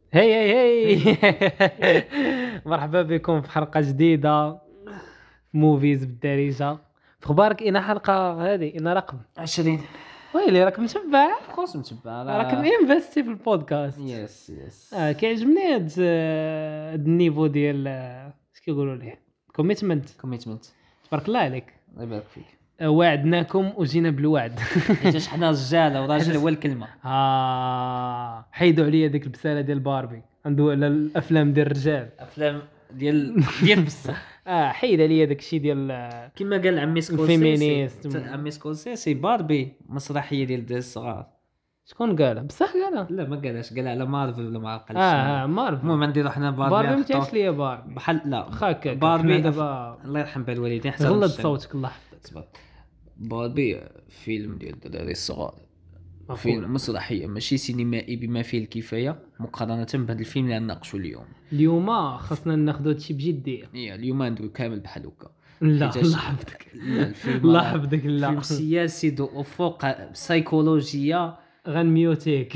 هي مرحبا بكم في حلقة جديدة موفيز بالدارجة. اخبارك؟ اين حلقة هذه؟ اين رقم 20 ويلي راك متبع؟ خوش متبع راك مانفستي في البودكاست. يس كيعجبني هاد النيفو ديال اش كيقولوا ليه كوميتمنت. تبارك الله عليك، الله يبارك فيك. وعدناكم وجينا بالوعد. حيت حنا رجاله وراجل هو الكلمه. حيدوا عليا ديك البساله ديال باربي ندوي على الافلام ديال الرجال، افلام ديال بصح. حيد عليا داك الشيء ديال كما قال عمي الفيمينيست. سكورسيسي عمي سكورسيسي باربي مسرحيه ديال الصغار. شكون قالها؟ بصح قالها؟ لا ما قالهاش، قال على مارفل ولا ما عقلش. مارفل. المهم نديرو حنا باربي متعش ليا باربي بحال لا خاك باربي دابا الله يرحم بالوالدين حتى غلط صوتك الله يحفظك. باربي فيلم ديال الدراري الصغار، فيلم مسرحيه ماشي سينمائي بما فيه الكفايه مقارنه بهذا الفيلم اللي نناقشوا اليوم خاصنا ناخذ هادشي بجديه. اليوم ندوي كامل بحال هكا. لا الله يحفظك، الله يحفظك. لا فيلم سياسي دو افق سيكولوجيا غنميوتيك.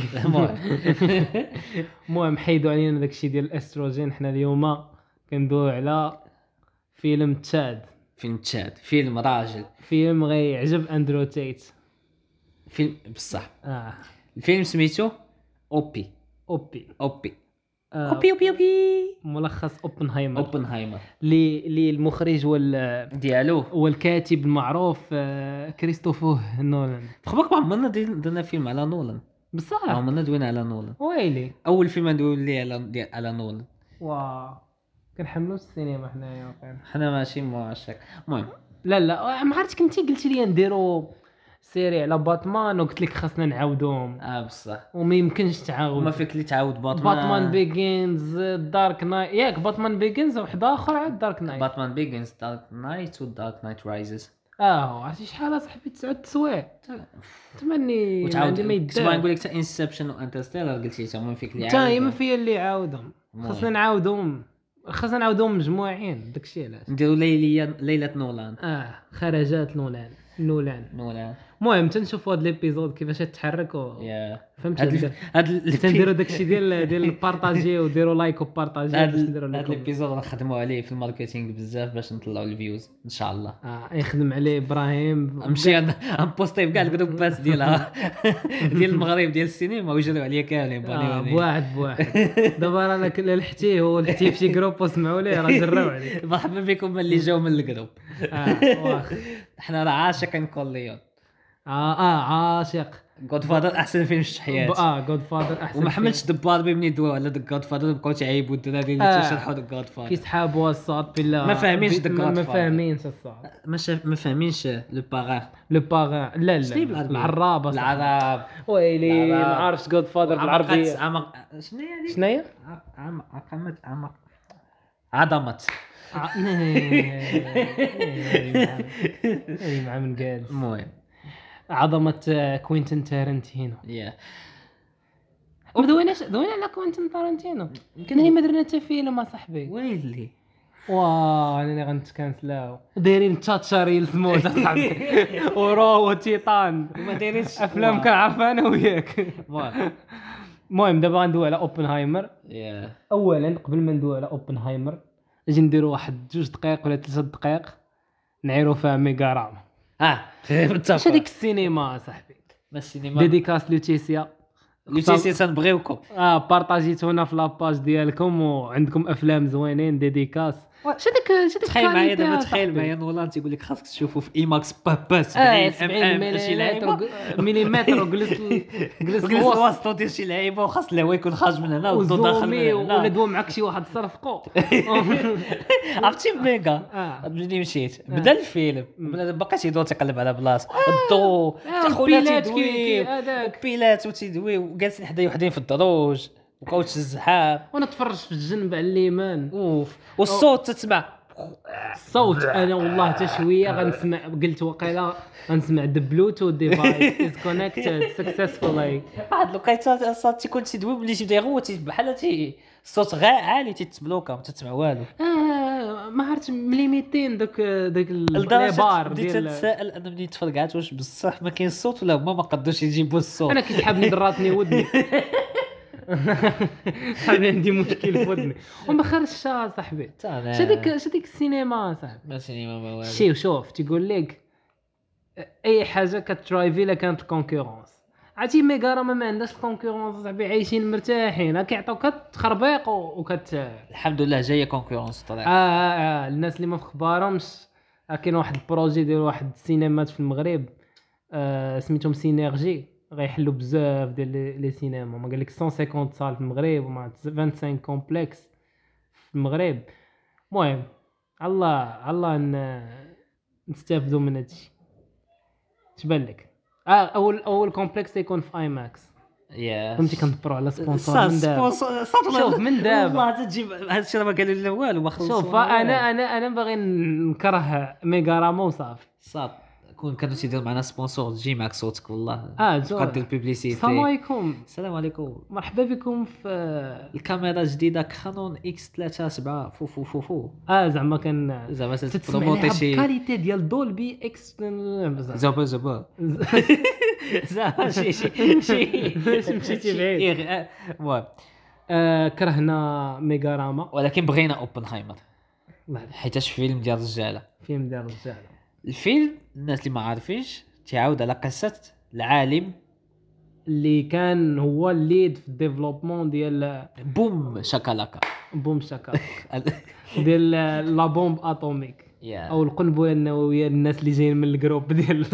المهم حيدوا علينا داكشي ديال الاستروجين. حنا اليوم كندويو على فيلم تشاد. فيلم راجل، فيلم غيعجب اندرو تيت. فيلم بصح. الفيلم سميتو اوبي ملخص اوبنهايمر اللي المخرج ديالو والكاتب المعروف كريستوفر نولان. خبرك ما عمرنا درنا فيلم على نولان بصح، ما عمرنا دوينا على نولان. ويلي اول فيلم ندوي ليه على نولان. كنحملوا السينما حنايا حنا ماشي معشق. المهم لا ما عرفتش كنتي قلتي لي نديروا سيري على باتمان وقلت لك خاصنا نعاودوهم. بصح وما يمكنش تعاود. وما فيك اللي تعاود باتمان بيجينز دارك نايت ياك باتمان بيجينز وواحد اخر عاد دارك نايت. باتمان بيجينز دارك نايت ودارك نايت رايزز. عرفتي شحال اصاحبي 9 تسوايع تمني عندي ما يدار. كنت نقول لك تا انسبشن وانترستيلر قلتي تا ما فيك اللي عاود. تا ما فيا اللي عاودهم. خاصنا نعاودهم مجموعين. داكشي علاش نديروا ليله نولان. خرجات نولان. المهم تنشوفوا هذا الابيزود كيفاش تتحرك فهمت. تنديروا داكشي ديال البارطاجي وديروا لايك وبارطاجي باش نديروا هذا الابيزود نخدموا عليه في الماركتينغ بزاف باش نطلعوا الفيوز ان شاء الله. يخدم عليه ابراهيم. نمشي نبوستي بكاع الجروبات ديالها ديال المغرب ديال السينما ويجروا عليه كاملين بواحد دابا رانا لحتيه هو لحتيه في شي جروب وسمعوا ليه راه جراو عليه. مرحبا بكم اللي جاوا من الجروب. واخا احنا راه عاشقين كليون. عاشق جود فادر احسن فيلم شفت حياتي. جود فادر احسن. وما حملتش دباربي مني دواء على جود فادر بقاو تعيبوا الدراري اللي تيشرحوا جود فادر كيسحابوا الصاد بالله. ما فاهمينش ما فاهمينش الصاد. ما فاهمينش لو باغان لا العراب ويلي ما عارفش جود فادر بالعربيه. شنو هي عظمت مع من قال. المهم عظمة كوينتين تارنتينو. دوينا على كوينتين تارنتينو. كنا ما درنا حتى فيلم صاحبي. ويلي انا غنتكانسلاو دايرين تشاتشاري سموت صاحبي ورو وتيطان وما دايرينش افلام كنعرف انا وياك. المهم دابا غندوي على اوبنهايمر. اولا قبل ما ندوي على اوبنهايمر اجي نديروا واحد 2 دقائق ولا 3 دقائق نعيروا فيها ميغارام. اش هذيك السينما صاحبي؟ ما السينما ديديكاس لوتيسيا تنبغيوكم. بارطاجيتونا في لاباج ديالكم وعندكم افلام زوينين ديديكاس. اش هذيك تخيل معايا دابا تخيل معايا نولان تيقول لك خاصك تشوفوا في ايماكس بابا 70 مليمتر وجلس الوسط ديال شي لعيبه وخاص الهواء يكون خارج من هنا والضوء داخل من هنا ولا دوا معك شي واحد صرفقو. عرفتي ميغا ملي مشيت بدا الفيلم باقي تيدور تيقلب على بلاصه الضوء خويا تيدوي هذاك بيلات وتيدوي وجالسين حدايا وحدين في الدروج وبقاو الزحام وانا تفرج في الجنب على اليمين والصوت تسمع الصوت. انا والله حتى شويه غنسمع قلت وقيلا غنسمع ذا بلوتوث ديفايس از كونيكتد سكسسفولي. واحد الوقيته صات تيكون تيدوي ملي تيبدا يغوت بحال الصوت غير عالي تتبلوكا ما تسمع والو. ما عرفت مليميتين داك البار بديت نتسائل انا ملي تفرقعت واش بصح ما كاين الصوت ولا هما ما قدوش يجيبوا الصوت. انا كيسحبني دراتني ودني صاحبي عندي مشكل في ودني وما خرجش صاحبي. شديك السينما صاحبي ما سينما ما والو. شوف تيقول لك اي حاجه كترايفي الا كانت كونكورونس. عرفتي ميغارا ما عندهاش كونكورونس صاحبي، عايشين مرتاحين كيعطيوك تخربيق الحمد لله جايه كونكورونس طلع. الناس اللي ما في خبارهمش كاين واحد البروجي ديال واحد السينمات في المغرب سميتهم سينيرجي، غيحلوا بزاف ديال لي سينما. ما قال لك 150 صال في المغرب ومع 25 كومبلكس في المغرب. المهم الله نستافدوا من هادشي. اش بان لك اول كومبلكس يكون في اي ماكس يا فهمتي كندبروا على سبونسور من دابا. شوف من دابا والله تجيب هادشي راه ما قالوا لنا والو ما خلصوا. شوف انا باغي نكره ميغارامون صافي صافي كانوا تيديروا معنا سبونسور تجي معك صوتك والله زوين. دير بيبليسيتي. السلام عليكم. السلام عليكم، مرحبا بكم في الكاميرا جديده كانون اكس 37 فو زعما كان زعما تتبروموتي شي كاليتي ديال دولبي اكس زعما زعما شي مشيتي بعيد. المهم كرهنا ميغاراما ولكن بغينا اوبنهايمر حيتاش فيلم ديال الرجاله. فيلم ديال الرجاله. الفيلم الناس اللي ما عارفينش تعاود على قصه العالم اللي كان هو الليد في الديفلوبمون ديال بوم شاكالاكا ديال لا بومب اتوميك او القنبله النوويه. الناس اللي جايين من الجروب ديال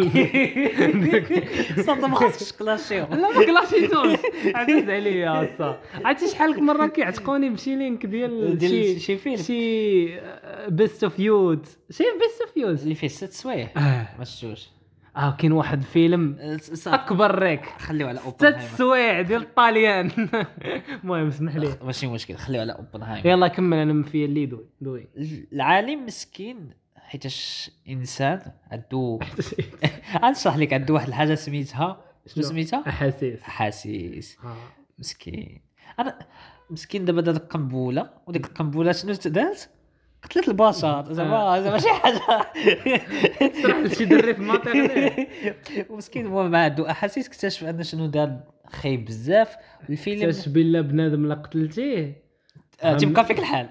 صدق ما خصكش كلاشيو. لا ما كلاشيتوش عزيز عليا صا. عرفتي شحال مره كيعتقوني بشي لينك ديال شي فيلم شي بيست اوف يوز اللي فيه 6 سوايع ما شفتوش. كاين واحد فيلم اكبر ريك خليو على اوبنهايمر 6 سوايع ديال الطاليان. المهم اسمح لي ماشي مشكل خليو على اوبنهايمر. يلا كمل انا مفيا اللي دوي. العالم مسكين حيتاش انسان عنده غنشرح لك عنده واحد الحاجه سميتها شنو سميتها احاسيس مسكين. انا مسكين دابا دار قنبوله وديك القنبوله شنو دارت قتلت البشر زعما شي حاجه صراحه شي دري في المنطقه ومسكين هو ما عنده احاسيس. اكتشف ان شنو دار خايب بزاف. الفيلم اكتشف بلا بنادم لا قتلتيه تبقى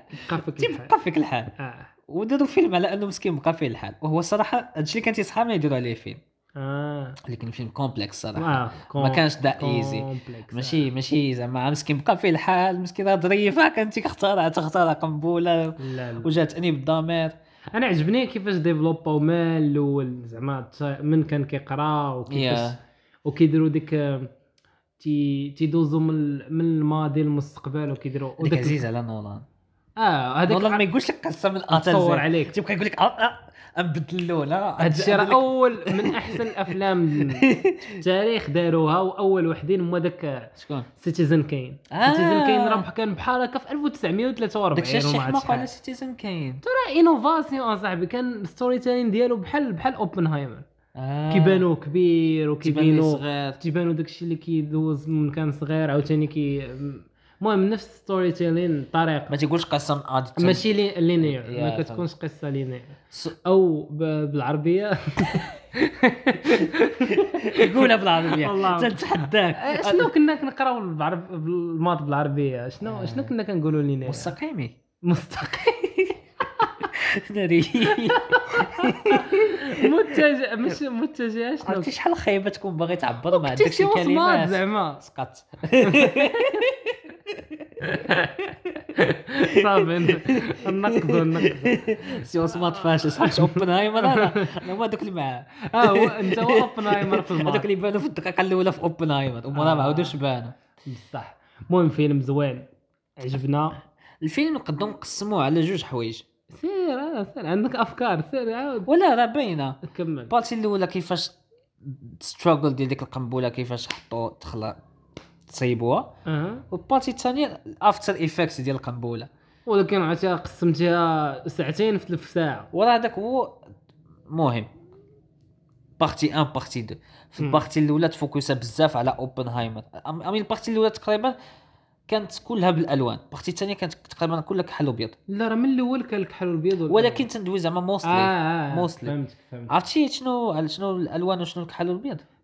فيك الحال وداروا فيلم على انه مسكين بقى فيه الحال. وهو صراحه هادشي اللي كان تيصحى ما يديروا عليه فيلم لكن الفيلم كومبلكس صراحه ما كانش دا ايزي. ماشي زعما مسكين بقى فيه الحال. مسكين هاد ظريفه كانت تختار قنبله وجاتني بالضمير. انا عجبني كيفاش ديفلوباو مال الاول زعما من كان كيقرا وكيفاش وكيديروا ديك تيدوزوا من الماضي للمستقبل وكيديروا وداك عزيز على نولان. هذاك والله ما يقولش لك قصه من اتصور عليك تيبقى يقول لك نبدلوا. لا هذا الشيء راه اول من احسن الافلام في التاريخ داروها. واول وحدين هما داك شكون سيتيزن كين. سيتيزن كين راه كان بحال هكا في 1943 داكشي شي حماق على سيتيزن كين. ترى انوفاسيون صاحبي. كان الستوري تيلين ديالو بحال اوبنهايمر. كيبانو كبير تيبانو داكشي اللي كيدوز من كان صغير عاوتاني المهم نفس ستوري تيلين طريقه. ما تيقولش قصه ماشي لينير ما كتكونش قصه لينير او بالعربيه قولها بالعربيه تنتحداك. شنو كنا كنقراو بالماضي بالعربيه شنو كنا كنقولوا لينير مستقيم ناري متجه مش متجه. شنو عرفتي شحال خايبه تكون باغي تعبر مع داكشي الكلمات زعما سقط صافي نقضوا سي عثمان فاشل صاحب اوبنهايمر. انا هما دوك اللي معاه هو انت هو اوبنهايمر في الماضي. هذوك اللي بانوا في الدقيقه الاولى في اوبنهايمر وما ما عاودوش بانوا بصح. المهم فيلم زوين عجبنا. الفيلم نقدروا نقسموه على جوج حوايج. سير عندك افكار سير عاود. ولا راه باينه كمل. البارتي الاولى كيفاش ستراغل ديال ديك القنبله كيفاش حطوا تصيبوها. والبارتي الثانيه افتر ايفكتس ديال القنبله. ولكن عرفتي قسمتيها ساعتين في 3 ساعه. وراه هذاك هو مهم. بارتي 1 بارتي 2. في البارتي الاولى تفوكسا بزاف على اوبنهايمر. امين البارتي الاولى تقريبا كانت كلها بالالوان. البارتي الثانيه كانت تقريبا كلها كحل ابيض. لا راه من الاول كان الكحل الابيض ولكن تندوي زعما موستلي فهمت عرفتي شنو الالوان وشنو الكحل الابيض.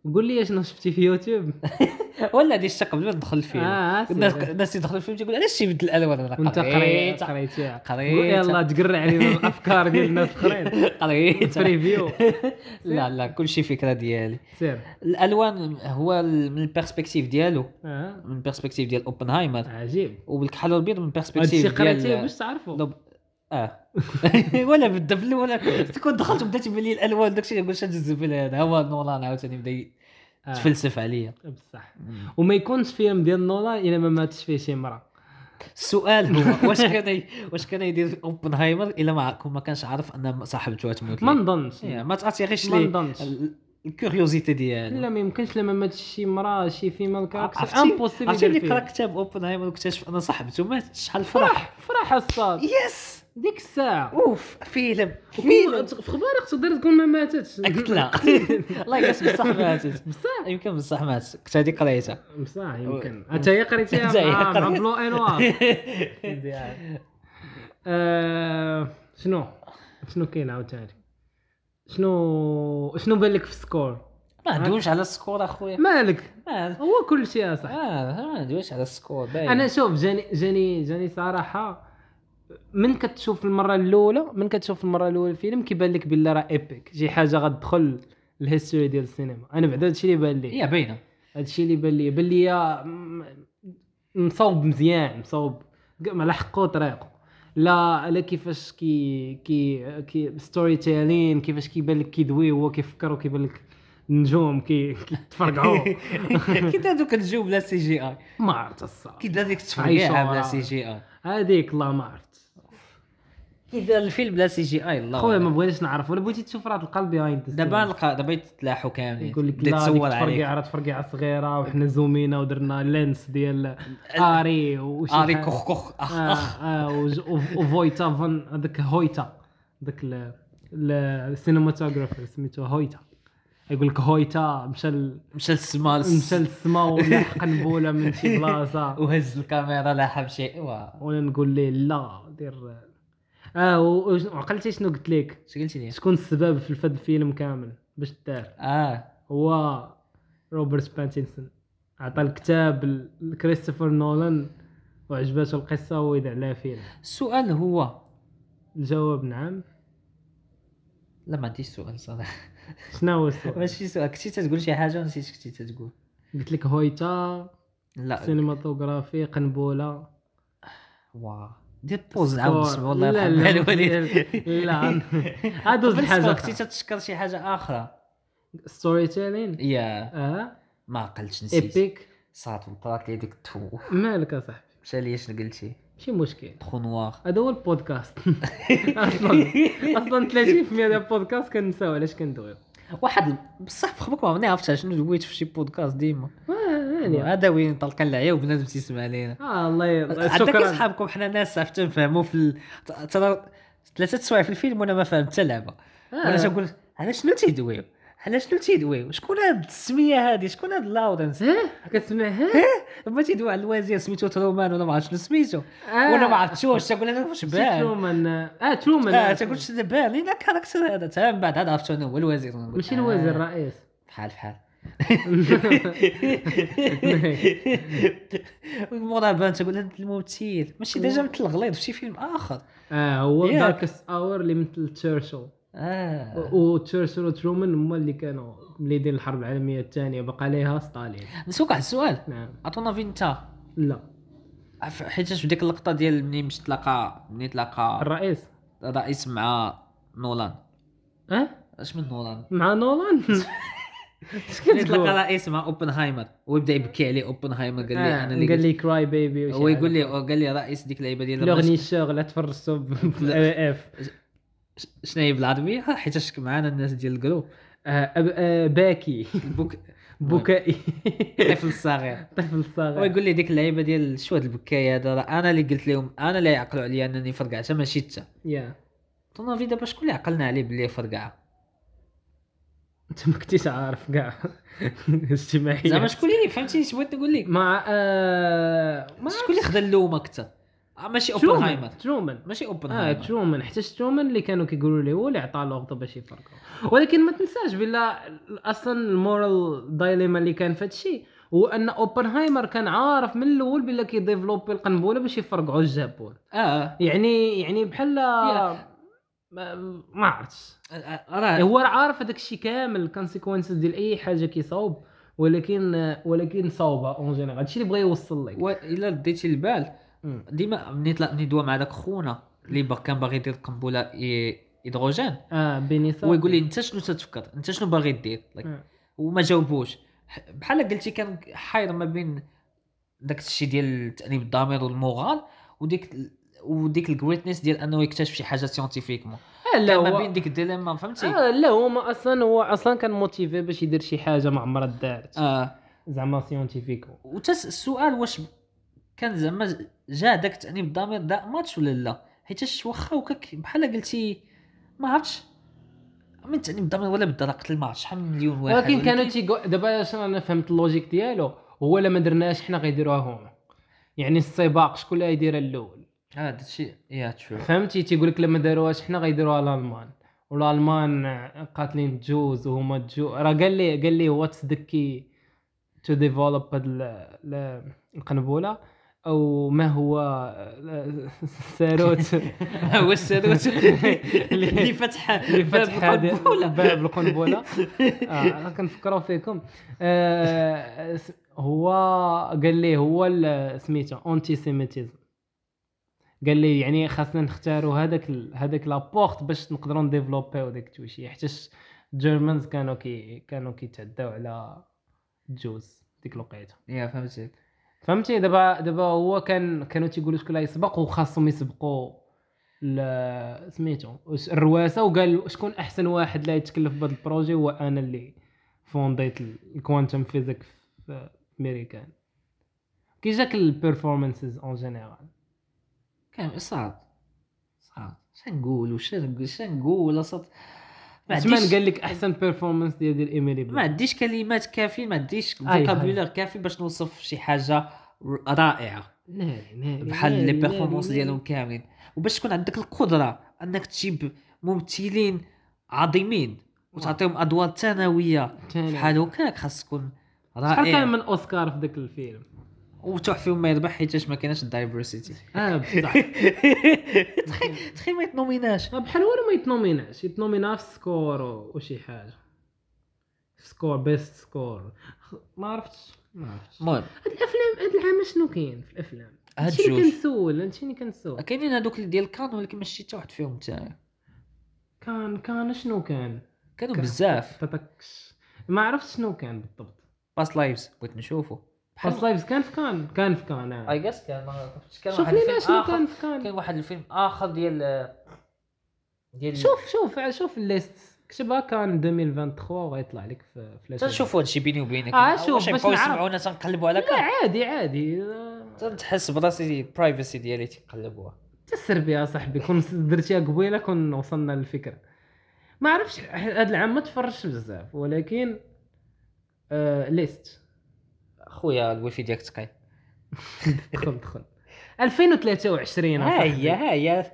قول لي شنو شفتي في يوتيوب ولا هذه الشق قبل ما ندخل الفيلم الناس يدخلوا الفيلم تيقول علاش جبت الالوان انا وانت قريتها يلا تقرع علينا الافكار ديال الناس الاخرين قريت ريفيو لا كلشي فكره ديالي سير الالوان هو من البيرسبكتيف ديالو من البيرسبكتيف ديال اوبنهايمر عجيب وبالكحل والبيض من البيرسبكتيف ديال باش تعرفوا ولا بالدبل ولا تكون دخلت وبدات يبان لي الالوان داكشي اللي قلت الزبل هذا هو نولان عاوتاني بدا تفلسف عليا بصح وما يكونش فيلم ديال نولان الا ما ماتش فيه شي مرة. السؤال هو واش كان يدير اوبنهايمر الا ما كانش عارف ان صاحبته تموت ما نظنش ما تاثيرش لي الكوريوزيتي ديالو لا ما يمكنش لما ماتش شي مرة شي فيمال كاركتر امبوسيبل عرفتي اللي قرا كتاب اوبنهايمر واكتشف ان صاحبته مات شحال فرح الصاد يس ديك الساعه فيلم في اخبارك تقدر تكون ما ماتتش لا الله يقسم بصح ماتت بصح يمكن بصح ماتت كنت هذيك قريتها بصح يمكن حتى هي قريتيها مع بلو انوار شنو كاين عاوتاني شنو بان لك في السكور ما ندويش على السكور اخويا مالك هو كل شيء صح ما ندويش على السكور باين. انا شوف جاني صراحه من كتشوف المره الاولى الفيلم كيبان لك بالله راه ايبيك شي حاجه غتدخل الهيستوري ديال السينما. انا بعدا هادشي اللي بان لي هي باينه هادشي اللي بان لي مصوب مزيان مصوب ما لحقو طريقه لا كيفاش كي ستوري تيلين كيفاش كيبان لك كيدوي هو كيفكر وكيبان لك النجوم كيتفرقعوا كي دوك النجوم بلا سي جي اي ما عرفت الصراحه كي دار ديك التفرقيعه بلا سي جي اي هذيك الله ما عرفت كي دار الفيلم بلا سي جي اي الله خويا ما بغيتش نعرف ولا بغيتي تشوف راه تلقى بيهايند دابا يتلاحوا كاملين يقول لك لا تفرقيعه صغيره وحنا زومينا ودرنا لينس ديال اري وشي اري كوخ وفويتا فان هذاك هويتا داك السينماتوغرافر سميتو هويتا يقول لك هويتا مشى للسما ولحق نبوله من شي بلاصه وهز الكاميرا لاحب شيء وانا نقول ليه لا دير وعقلتي شنو قلت لك قلتي لي شكون السبب في فهاد الفيلم كامل باش دار هو روبرت باتينسون عطى الكتاب لكريستوفر نولان وعجبته القصه ويدع عليها فيلم. السؤال هو الجواب نعم. لا ما عنديش سؤال صراحه. شنو هو السؤال؟ ماشي سؤال كنتي تقول شي حاجه ونسيت كنتي تقول. قلت لك هويتا لا سينماتوغرافي قنبله دير بوز عاود نسمع والله يرحم الوالد. لا هادوز الحاجه كنتي تشكر شي حاجه اخرى ستوري تيلين ما قلتش نسيت ايبيك صات وطرات لي ديك التو مالك اصاحبي مشى لي شنو قلتي ماشي مشكل تخو نوار هذا هو البودكاست اصلا 30% ديال البودكاست كنساو علاش كندويو واحد بصح فخمك ما عرفتش شنو دويت في شي بودكاست ديما هذا وين طلقنا العيا وبنادم تيسمع لينا الله شكرا عندك اصحابكم حنا ناس عرفت نفهموا في ترى 3 سوايع في الفيلم وانا ما فهمت حتى لعبه وانا تنقول على شنو تيدويو شكون هاد السميه هادي شكون هاد لاورنس كتسمع ما تيدوي على الوزير سميتو ترومان ولا ما عرفتش شنو سميتو وانا ما عرفتوش تقول انا واش بان ترومان تقول شنو بان لينا الكاركتر هذا حتى من بعد عاد عرفت شنو هو الوزير ماشي الوزير الرئيس بحال المورا بان تقول هاد الممثل ماشي ديجا مثل الغليظ في شي فيلم اخر هو داركست اور اللي مثل تشرشل وتشرشل وترومان هما اللي كانوا ملي داير الحرب العالميه الثانيه بقى عليها ستالين. نسوق على السؤال نعم عطونا فين انت لا حيت في ديك اللقطه ديال ملي تلاقى الرئيس مع نولان اش من نولان مع نولان شكون تلاقى رئيس مع اوبنهايمر ويبدا يبكي عليه اوبنهايمر قال لي انا اللي قال لي كراي بيبي هو يقول لي قال لي رئيس ديك اللعيبه ديال لغني الشغل تفرسوا اف شنو هي بالعربيه حيت معانا الناس ديال الجروب باكي بكائي طفل صغير ويقول لي ديك اللعيبه ديال شو هاد البكايه هذا انا اللي قلت لهم انا اللي يعقلوا عليا انني فرقعت ماشي انت طنا في دابا شكون اللي عقلنا عليه بلي فرقعه انت ما كنتيش عارف كاع اجتماعيا زعما شكون اللي فهمتي اش بغيت نقول لك ما شكون اللي خدا اللومه اكثر ماشي اوبنهايمر ترومان ماشي اوبنهايمر ترومان حتى ترومان اللي كانوا كيقولوا ليه هو اللي عطاه لوغطو باش يفرقوا. ولكن ما تنساش بلا اصلا المورال دايليما اللي كان في هادشي هو ان اوبنهايمر كان عارف من الاول بلا كيديفلوبي القنبله باش يفرقعوا الجابون. يعني بحال ما عرفتش هو عارف هذاك الشيء كامل الكونسيكونسز ديال اي حاجه كيصاوب ولكن صاوبه اون جينيرال هادشي اللي بغى يوصل لك. الا ديتي البال ديما ملي دوا مع داك خونا اللي كان باغي يدير قنبله هيدروجين بينيسا ويقول لي انت شنو تتفكر انت شنو باغي دير وما جاوبوش بحال قلتي كان حاير ما بين داك الشيء ديال تأنيب الضمير والمورال وديك الجريتنس ديال انه يكتشف شي حاجه ساينتيفيكمون لا ما بين ديك الديليما فهمتي. لا هو اصلا كان موتيفي باش يدير شي حاجه ما عمرها دارت زعما ساينتيفيك. السؤال واش كان زعما جا داك تأنيب الضمير دا ماتش ولا لا حيتاش واخا وكاك بحال قلتي ما عرفتش من تأنيب الضمير ولا بدا قتل ما عرفتش شحال من مليون واحد. ولكن كانوا دابا انا فهمت اللوجيك ديالو هو لا ما درناش حنا غيديروها هما يعني السباق شكون اللي غيديرها الاول هذا الشيء تشوف فهمتي تيقول لك لما داروهاش حنا غيديروها الالمان والالمان قاتلين جوز وهما راه قال لي واتس دكي تو ديفلوب هاد القنبله او ما هو الساروت هو الساروت اللي فتح باب القنبله كنفكروا فيكم هو قال لي هو سميتو انتي سيميتيزم قال لي يعني خاصنا نختاروا هذاك لابورت باش نقدروا نديفلوبيو داك التوشي حتى الجيرمانز كانوا كيتعداو على جوز ديك الوقيته. فهمتي دابا هو كانوا تيقولوا شكون اللي يسبق وخاصهم يسبقوا سميتو الرواسه وقال شكون احسن واحد اللي يتكلف بهذا البروجي هو انا اللي فونديت الكوانتم فيزيك في امريكان. كي جاك البيرفورمانسز اون جينيرال كان صعب شنقول اصلا ما قال لك احسن بيرفورمانس ديال ايميلي ما عنديش كلمات كافيه ما عنديش فوكابولير كافي باش نوصف شي حاجه رائعه بحال لي بيرفورمانس ديالهم كاملين. وباش تكون عندك القدره انك تجيب ممثلين عظيمين وتعطيهم ادوار ثانويه بحال هكاك خاص تكون رائع. شحال كان من اوسكار في داك الفيلم وتحفيهم ما يربح حيتاش ما كايناش الدايفرسيتي بصح تخيل ما يتنوميناش بحال هو ما يتنومينا في سكور وشي حاجه في سكور بيست سكور ما عرفتش المهم هاد الافلام هاد العام شنو كاين في الافلام هادشي اللي كنسول كاينين هذوك ديال كان ولكن ماشي حتى واحد فيهم نتايا كان شنو كانوا بزاف ما عرفتش شنو كان بالضبط. باست لايفز بغيت نشوفه باست لايفز كان في كان اي جاس كان ما عرفتش كان واحد الفيلم كان في كان واحد الفيلم اخر ديال شوف الليست كتبها كان 2023 وغيطلع لك في فلاش. تنشوفوا هادشي بيني وبينك شوف باش نسمعونا تنقلبوا على كان عادي تنحس براسي برايفسي ديالي تيقلبوها تسر بها صاحبي كون درتيها قبيله كون وصلنا للفكره. ما عرفتش هذا العام ما تفرجش بزاف ولكن ليست خويا الويفي ديالك تقي دخل 2023 هي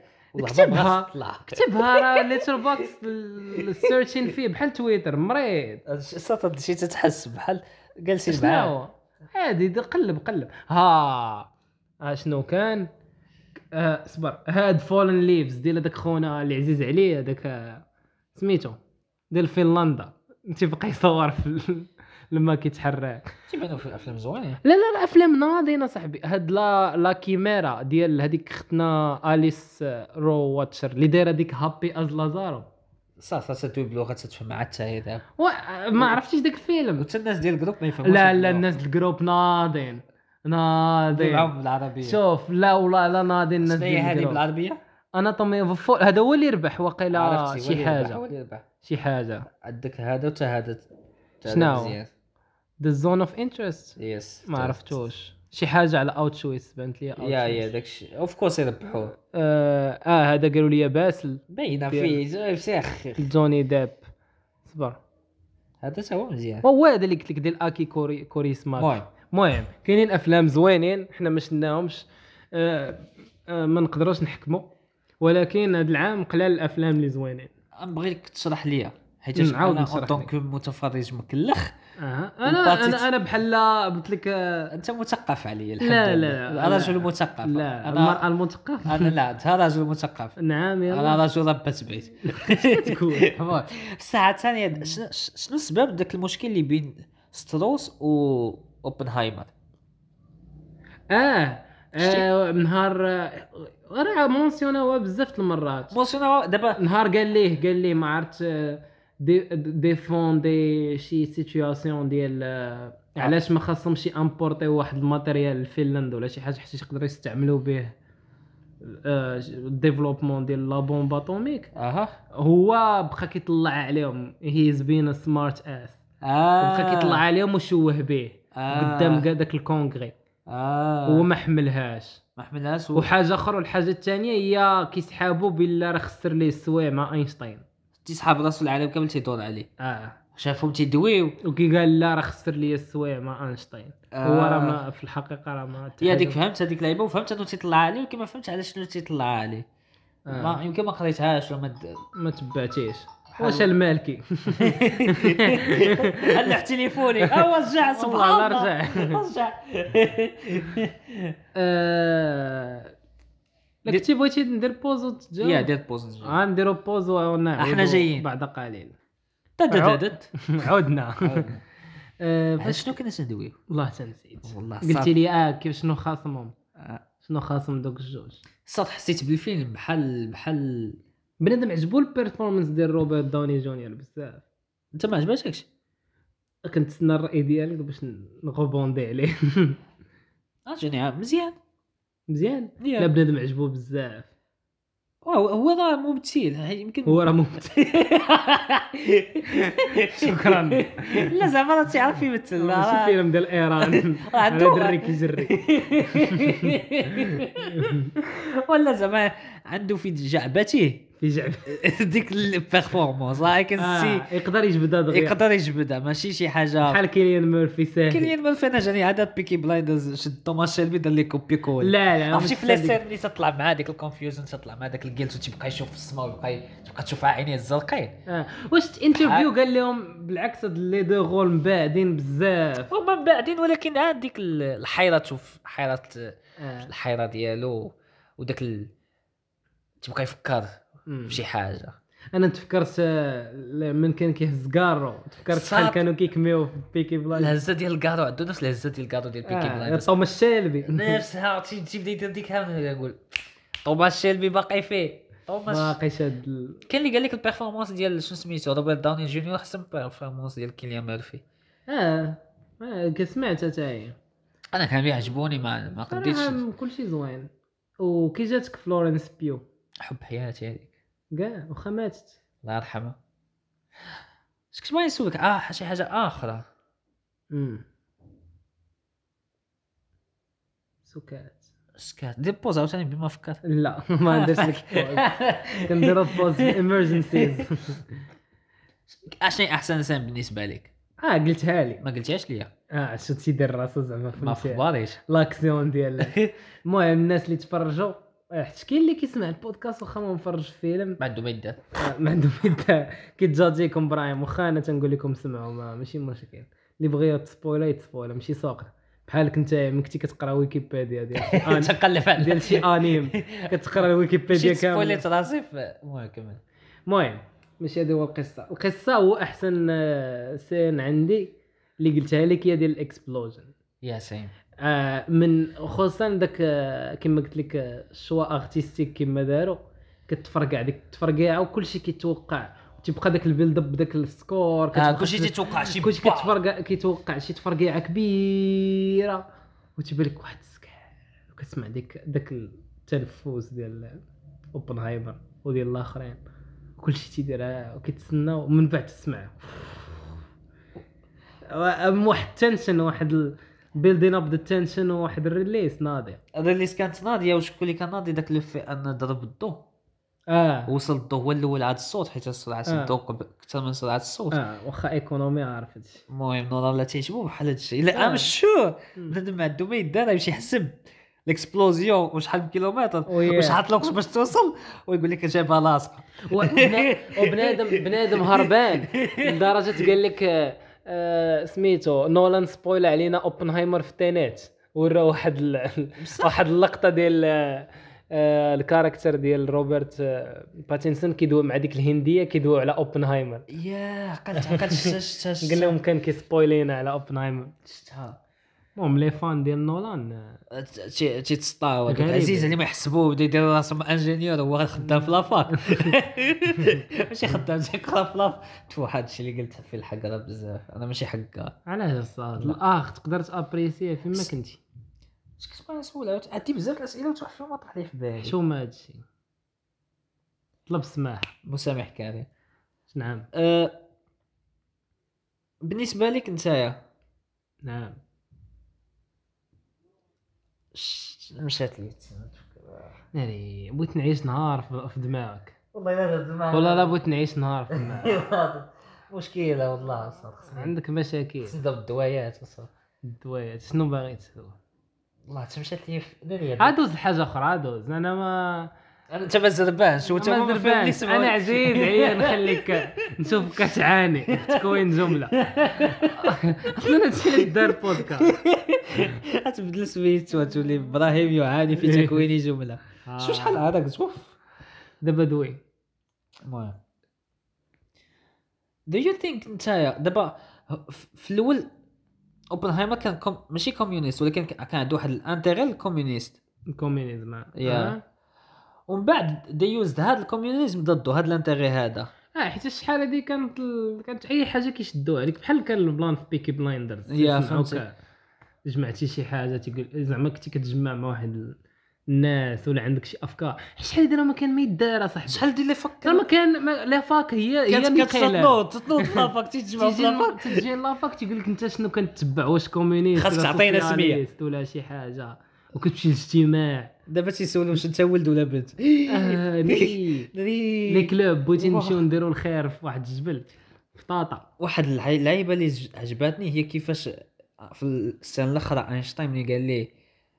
كتبها راه ليتر بوكس السيرشين فيه بحال تويتر مريض صافي شي تتحس بحال جالسين معاه عادي قلب شنو كان صبر هاد فولن ليفز ديال داك خونا اللي عزيز عليه داك سميتو ديال فنلندا انت بقى يصور في لما كيتحرك تيبانو في افلام زوينين. لا افلام ناضيين صاحبي. هاد لا كيميرا ديال هذيك اختنا اليس رو واتشر اللي دايره ديك هابي از لازارو صافي تدوبلو غتتفهم مع حتى هي دابا ما عرفتيش داك الفيلم حتى الناس ديال الجروب ما يفهموش. لا الناس الجروب ناضين معاهم بالعربيه. شوف لا ناضين الناس ديال هذه بالعربيه انا طمي هذا هو اللي ربح وقيلا شي حاجه عندك هذا وتا هذا شنو The Zone of Interest يس ما عرفتوش شي حاجه على اوتشويس بانت لي يا داكشي اوف كورس يربحوه. هذا قالوا لي باسل باينه فيه سيخ جوني ديب صبر هذا هو مزيان هو هذا اللي قلت لك ديال اكي كوريسما. المهم كاينين افلام زوينين حنا ما شفناهمش. ما نقدروش نحكموا، ولكن هذا العام قلال الافلام اللي زوينين. نبغيك تشرح ليا حيت انا دونك متفرج مكلخ. انا بحال قلت لك انت مثقف عليا الحمد لله. لا رجل مثقف. لا انا المثقف. انا لا انت رجل مثقف. نعم يلا. انا رجل ربة بيت. تكون الساعه الثانيه شنو السبب داك المشكل اللي بين ستروس و اوبنهايمر؟ نهار راه مونسيوناوها بزاف المرات. مونسيوناوها دابا نهار قال ليه ما عرفت ديفون دي شي سيتوياسيون ديال علاش ما خاصهمش امبورطيو واحد الماتيريال لفنلندا ولا شي حاجه حتى يقدروا يستعملوا به الديفلوبمون ديال لا بومب اتوميك. هو بقى كيطلع عليهم هيز بين سمارت اس. بقى كيطلع عليهم وشوه به قدام داك الكونغري. هو ما حملهاش وحاجه اخرى. الحاجه الثانيه هي كيسحابوا بلا راه خسر ليه السوايع مع اينشتاين. تيسحاب راسو العالم كامل تيدور عليه. شافهم تيدويو وكي قال لا راه خسر ليه السوايع مع اينشتاين. هو راه ما في الحقيقه راه ما هي هذيك فهمت هذيك اللعيبه وفهمت انه تيطلع عليه ولكن ما فهمتش علاش شنو تيطلع عليه. ما يمكن ما قريتهاش ولا ما تبعتيش. واش المالكي هلح تليفوني رجع سبحان الله رجع. كنتي بغيتي ندير بوز وتجاوب. يا دير بوز. غنديروا بوز احنا جايين بعد قليل. عودنا. شنو كنا ندويو؟ والله تنسيت. قلتي لي كيف شنو خاصمهم. شنو خاصم دوك الجوج. صح حسيت بالفيلم بحال بنادم عجبو البيرفورمانس ديال روبرت داوني جونيور بزاف. انت ما عجباتكش؟ كنتسنى الراي ديالك باش نغوبوندي عليه. جاني مزيان. لا بنادم عجبو بزاف. هو راه ممثل يمكن هو راه ممثل. شكرا. لا زعما راه تيعرف يمثل. لا شي فيلم ديال ايران عنده دري كيجري. ولا زعما عنده في جعبته ديك البيرفورمانس راه كنسي يقدر يجبدها دغيا. ماشي شي حاجه بحال كيليان مورفي ساهل. كيليان مورفي انا جاني عادات بيكي بلايندرز شد توماس شيلبي دار لي كوبي كول. لا عرفتي في ليسير ملي تطلع مع ديك الكونفيوجن تطلع مع داك الجيلت وتبقى يشوف في السماء ويبقى تشوف عينيه الزرقين. واش انترفيو قال لهم بالعكس هاد لي دو غول مبعدين بزاف. هما مبعدين ولكن عاد ديك الحيره تشوف الحيره ديالو وداك تبقى يفكر بشي حاجه. انا تفكرت من كان كيهز كارو تفكرت شحال كانوا كيكميو في بيكي بلايندرز. الهزه ديال الكارو عنده نفس الهزه ديال الكارو ديال بيكي بلايندرز. توماس شيلبي نفسها تيبدا يدير ديك ها نقول توماس شيلبي باقي فيه. باقي شاد كان اللي قال لك البيرفورمانس ديال شنو سميتو روبرت داوني جونيور احسن بيرفورمانس ديال كيليان ميرفي. كسمعت حتى هي. انا كان بيعجبوني ما قديتش. كلشي زوين. وكي جاتك فلورنس بيو حب حياتي هذيك كاع واخا ماتت الله يرحمها. كنت ما نسولك شي حاجه اخرى. سكات دير بوز عاوتاني بما فكرت. لا ما نديرش لك بوز. كندير بوز في ايمرجنسيز. اشنو احسن سين بالنسبه لك؟ قلتها لي ما قلتيهاش ليا. شو تيدير راسو زعما ما فباريش لاكسيون ديال. المهم الناس اللي تفرجوا حيت كاين اللي كيسمع البودكاست واخا ما مفرج فيلم ما عنده ميدان ما عنده ميدان كيتجاجيكم برايم واخا انا تنقول لكم سمعوا ماشي مشكل. اللي بغى يتسبويلا ماشي ساقط بحالك انت من كنتي كتقرا ويكيبيديا ديال تقلب على ديال شي انيم كتقرا الويكيبيديا كامل. سبويليت راسي المهم كمل. المهم ماشي هذه هو القصه هو احسن سين عندي اللي قلتها لك هي ديال الاكسبلوجن. يا سيم من خصوصا داك كما قلت لك الشوا ارتستيك كما داروا كتفرقع ديك التفرقيعه وكلشي كيتوقع وتبقى داك البيلد اب داك السكور كلشي تيتوقع شي كلشي كيتوقع شي تفرقيعه كبيره وتبان لك واحد السكار وكتسمع داك التنفس ديال اوبنهايمر وديال الاخرين وكلشي تيديرها وكيتسنى ومن بعد تسمع واحد تنشن واحد بيلدين اب ذا تنشن وواحد الريليس ناضي. الريليس كانت ناضيه وشكون اللي كان ناضي داك لو في ان ضرب الضوء وصل الضوء هو الاول عاد الصوت حيت سرعه الضوء اكثر من سرعه الصوت واخا ايكونومي عرفتش. المهم نورا لا تيعجبو بحال هادشي الا مش شو بنادم ما عنده ما يدار باش يحسب الاكسبلوزيون وشحال من كيلومتر وشحال الوقت باش توصل ويقول لك جايبها لاصقه بنادم هربان لدرجه قال لك سميتو نولان سبويل علينا اوبنهايمر في التينات ورا واحد اللقطه ديال الكاركتر ديال روبرت باتينسون كيدوي مع ديك الهنديه كيدوي على اوبنهايمر قال لهم كان كيسبويلينا على اوبنهايمر شفتها. المهم لي فان ديال نولان تيتسطاو عزيز اللي ما يحسبوه بدا يدير راسو انجينيور هو خدام في لافاك ماشي خدام تيقرا في لاف تو هذا الشيء اللي قلت في الحق راه بزاف انا ماشي حقا علاش الصاد الاخ تقدر تابريسيه فين ما كنتي كتبقى نسولها عندي بزاف الاسئله وتروح فيهم ما طرح لي في بالي شو ما هادشي طلب السماح مسامح كريم نعم بالنسبه لك نتايا نعم مشات لي يعني بغيت نعيش نهار في دماغك والله لا دماغك والله بغيت نعيش نهار في دماغك مشكله والله صافي عندك مشاكل تصدق الدوايات وصافي الدوايات شنو باغي تسوي والله تمشات لي في دنيا عادوز الحاجه اخرى عادوز انا ما انت ما زربانش وانت ما فهمتنيش انا عزيز عليا نخليك نشوفك كتعاني في تكوين جمله اصلا هادشي اللي دار بودكاست غتبدل سميتو تولي ابراهيم يعاني في تكوين جمله شو شحال هذاك شوف دابا دوي المهم do you think نتايا دابا في الاول اوبنهايمر كان ماشي كوميونيست ولكن كان عنده واحد الانتيغي الكوميونيست الكوميونيزم ومن بعد دي يوزد هذا الكوميونيزم ضده هذا الانتيغي هذا حيت الشحال هذه كانت اي حاجه كيشدوها عليك بحال كان البلان في بيكي بلايندرز فهمت جمعتي شي حاجه تيقول زعما كنتي كتجمع مع واحد الناس ولا عندك شي افكار شحال دابا ما كان ما يدار اصاحبي شحال ديال لي فكر ما كان لا فاك هي كتنوض لافاك تيجمع لافاك تجي لافاك تيقول لك انت شنو كنتبع واش كومونيست خاصك تعطينا سميه ولا شي حاجه وكتمشي للاجتماع دابا تيسولوا واش انت ولد ولا بنت لي كلوب بغيتي نمشيو نديروا الخير في واحد الجبل في طاطا واحد اللعيبه اللي عجباتني هي كيفاش في السنه الاخرى اينشتاين اللي قال لي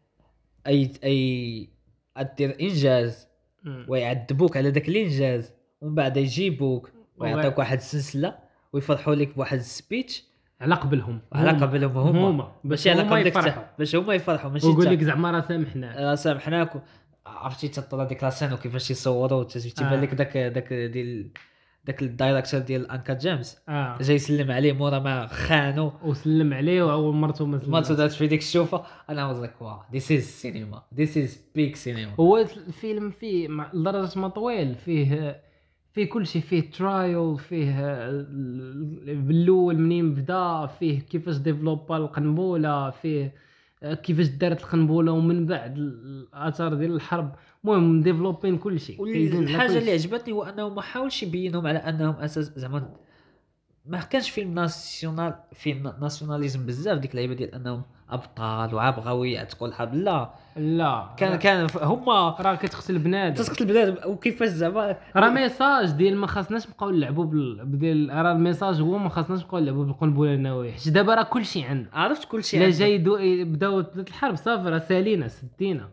اي ادير انجاز ويعذبوك على داك الانجاز ومن بعد يجيبوك ويعطيوك واحد السلسله ويفرحوا لك بواحد السبيتش على قبلهم هما باش هما يفرحوا ماشي ويقول لك زعما راه سامحناك عرفتي تطلع ديك لاسين وكيفاش يصوروا تيبان لك داك داك الدايركتور ديال انكا جيمس جاي يسلم عليه مورا ما خانو وسلم عليه وعول مرته دات في ديك الشوفه انا وزك واه ذيس از سينما ذيس از بيك سينما هو الفيلم فيه لدرجه ما طويل فيه كل شيء فيه ترايل فيه بالاول منين بدا فيه كيفاش ديفلوبا القنبله فيه كيفاش دارت القنبله ومن بعد الاثار ديال الحرب المهم ديفلوبين كل شيء الحاجه اللي عجبتني هو انه ما حاولش يبينهم على انهم اساس زعما ما كانش في ناسيوناليزم بزاف ديك اللعيبه ديال انهم ابطال وعبغاو يعتقوا الحرب لا كان هما راه كتقتل بنادم وكيفاش زعما راه ميساج ديال ما خاصناش نبقاو نلعبوا ديال راه الميساج هو ما خاصناش نبقاو نلعبوا بالقنبله النوويه حيت دابا راه كلشي عندنا عرفت كلشي لا جاي بدات الحرب صافي راه سالينا سدينا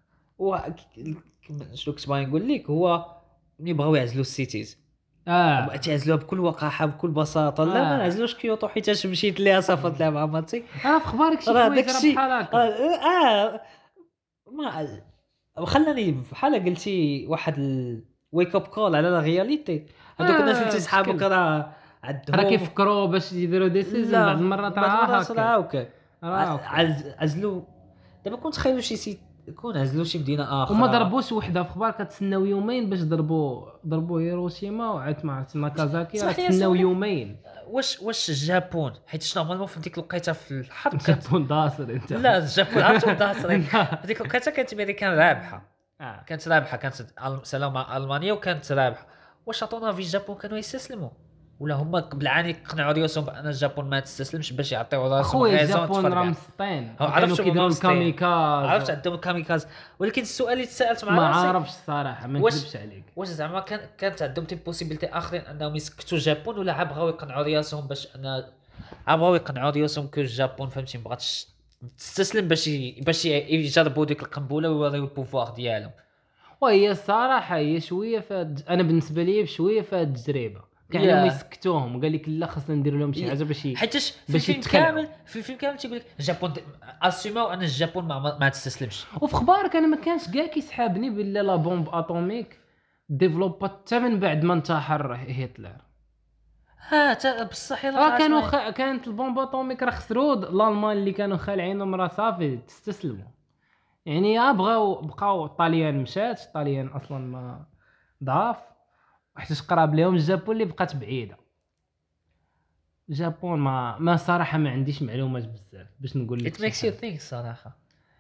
شنو كنت باغي نقول لك هو ملي بغاو يعزلوا السيتيز تعزلوها بكل وقاحه بكل بساطه لا ما نعزلوش كيوطو حيت مشيت ليها صافط لها مع ماتي راه في اخبارك شي حوايج بحال هكا ما خلاني بحال قلتي واحد الويك اب كول على لا رياليتي هذوك الناس اللي صحابك راه عندهم كيفكروا باش يديروا ديسيزن بعض المرات راه هكا عزلوا دابا كنت تخيلوا شي يكون عزلوا شي مدينه اخرى وما ضربوش وحده في اخبار كتسناو يومين باش ضربوا هيروشيما وعاد مع ناكازاكي تسناو يومين واش الجابون حيت شنو نورمالمون في ديك الوقيته في الحرب الجابون داصر انت لا الجابون عرفتو داصر في ديك الوقيته كانت امريكان رابحه كانت سلام مع المانيا وكانت رابحه واش عطونا في الجابون كانوا يستسلموا ولا هما بالعاني قنعوا راسهم بان الجابون ما تستسلمش باش يعطيو راسهم ريزون الجابون راه مسطين عرفتوا كيديروا الكاميكاز عرفت عندهم الكاميكاز ولكن السؤال اللي تسالت مع راسي ما عارفش الصراحه ما نكذبش عليك واش زعما كانت عندهم تي بوسيبيليتي اخرين انهم يسكتوا الجابون ولا بغاو يقنعوا راسهم باش انا بغاو يقنعوا راسهم كو الجابون فهمتي تستسلم باش يجربوا ديك القنبله ويوريو البوفوار ديالهم. وهي الصراحه هي شويه انا بالنسبه لي بشويه في هاد التجربه كانوا يسكتوهم وقال لك لا خاصنا ندير لهم شي حاجه باش في الفيلم كامل تيقول لك الجابون اسيما ان الجابون ما تستسلمش. وفي اخبارك انا ما كانش كاع كيسحابني بالله لا بومب اتوميك ديفلوبات حتى من بعد ما انتحر هتلر. بصح كانت البومب اتوميك راه خسروا الالمان اللي كانوا خالعينهم راه صافي تستسلموا يعني بقاو الطاليان مشات الطاليان اصلا ما ضعف حيت قراب لهم الجابون اللي بقات بعيده. الجابون ما صراحه ما عنديش معلومات بزاف باش نقول لك it makes you think صراحه.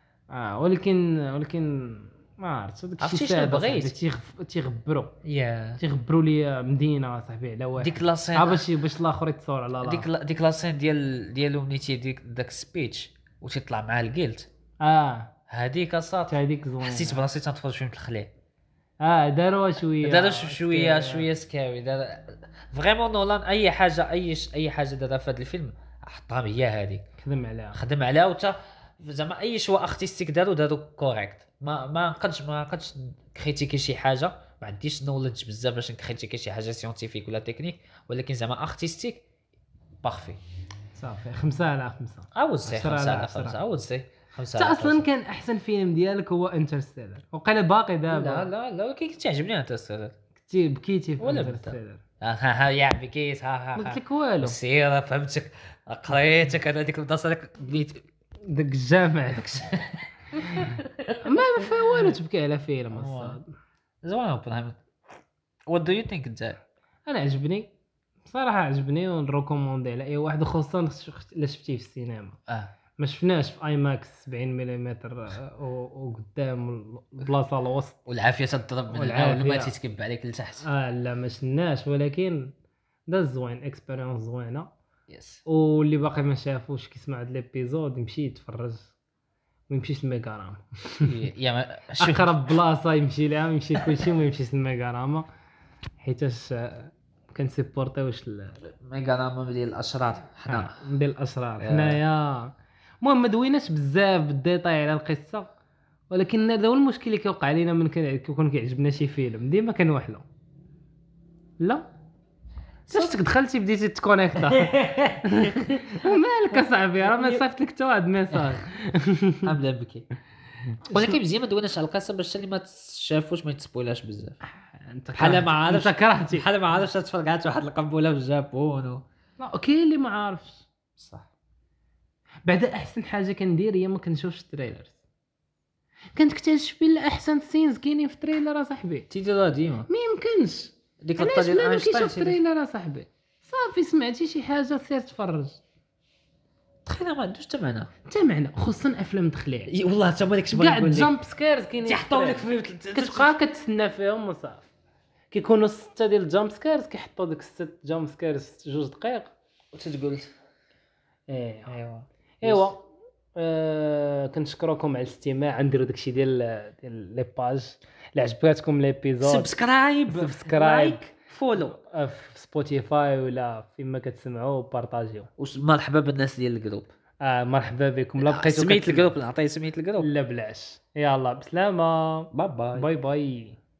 ولكن ما عرفت داك الشيء ساعه تيغبروا لي مدينه صاحبي على واحد ديك لاسين باش الاخر يتصور على ديك لاسين ديالو ملي تيديك داك سبيتش وتيطلع معاه الجيلت هذيك صاط هذيك زوينه حسيت براسي تنتفرج فيلم الخليل. داروا شويه سكاوي دار فريمون نولان اي حاجه دارها في هذا الفيلم حطها هي هذيك خدم عليها وتا زعما اي شوا ارتستيك داروا كوريكت. ما نقدش كريتيكي شي حاجه ما عنديش نولج بزاف باش نكريتيكي شي حاجه سيونتيفيك ولا تكنيك ولكن زعما ارتستيك بارفي صافي 5 على 5 او سي 5 على 5 او سي 5 على 5. اصلا كان احسن فيلم ديالك هو انترستيلر وقال باقي دابا لا كي تعجبني انترستيلر كثير بكيتي في انترستيلر يا بكيت قلت لك والو سير فهمتك قريتك انا ديك البلاصه ديك بنيت داك الجامع ما فيها والو تبكي على فيلم الصاد زوين اوبنهايمر. وات دو يو ثينك انت؟ انا عجبني بصراحه عجبني ونريكوموندي على اي واحد خصوصا الا شفتيه في السينما. ما شفناش في اي ماكس 70 ملم وقدام البلاصه الوسط والعافيه تضرب من العاون ما تيتكب عليك لتحت. لا ما شفناش ولكن دا زوين اكسبيريونس زوينه. يس واللي باقي ما شافوش كيسمع هاد ليبيزود يمشي يتفرج ويمشيش للميغارام. يا اقرب بلاصه يمشي لها يمشي كلشي وما يمشيش للميغارام حيتاش كنسيبورتيوش الميغارام ديال الاشرار حنا ديال الاشرار حنايا. المهم ما دويناش بزاف بالديتاي على القصه ولكن هذا هو المشكل اللي كيوقع علينا من كيكون كيعجبنا شي فيلم ديما كنوحلو. لا شفتك دخلتي بديتي تكونيكتا مالك اصاحبي راه ما صيفط لك حتى واحد ميساج ابدا بكي. ولكن مزيان ما دويناش على القصه باش اللي ما تشافوش ما يتسبويلاش بزاف. بحال ما عارفش بحال ما عارفش تفرقعت واحد القنبله في الجابون لا كاين اللي ما عارفش صح. بعد احسن حاجه كندير هي ما كنشوفش التريلرز. كنكتشف بلا احسن سينز كاينين في التريلر اصاحبي تيديروها ديما ما يمكنش ديك الطاقه ديال اينشتاين كيشوف التريلر اصاحبي صافي سمعتي شي حاجه سير تفرج تخيل ما عندوش حتى معنى خصوصا افلام تخليع والله حتى ما داكش بغيت نقول لك جامب سكيرز كاينين تيحطوا لك في كتبقى كتسنى فيهم وصافي كيكونوا 6 ديال الجامب سكيرز كيحطوا ديك 6 جامب سكيرز 2 دقائق وتتقول ايوا كنشكركم على الاستماع. نديروا داكشي ديال لي باج اللي عجباتكم ليبيزود سبسكرايب لايك فولو في سبوتيفاي ولا فيما كتسمعوا وبارطاجيو. مرحبا بالناس ديال الجروب. مرحبا بكم. لا بقيتو سميت الجروب نعطي سميت الجروب لا بلاش. يلا بسلامه باي باي باي.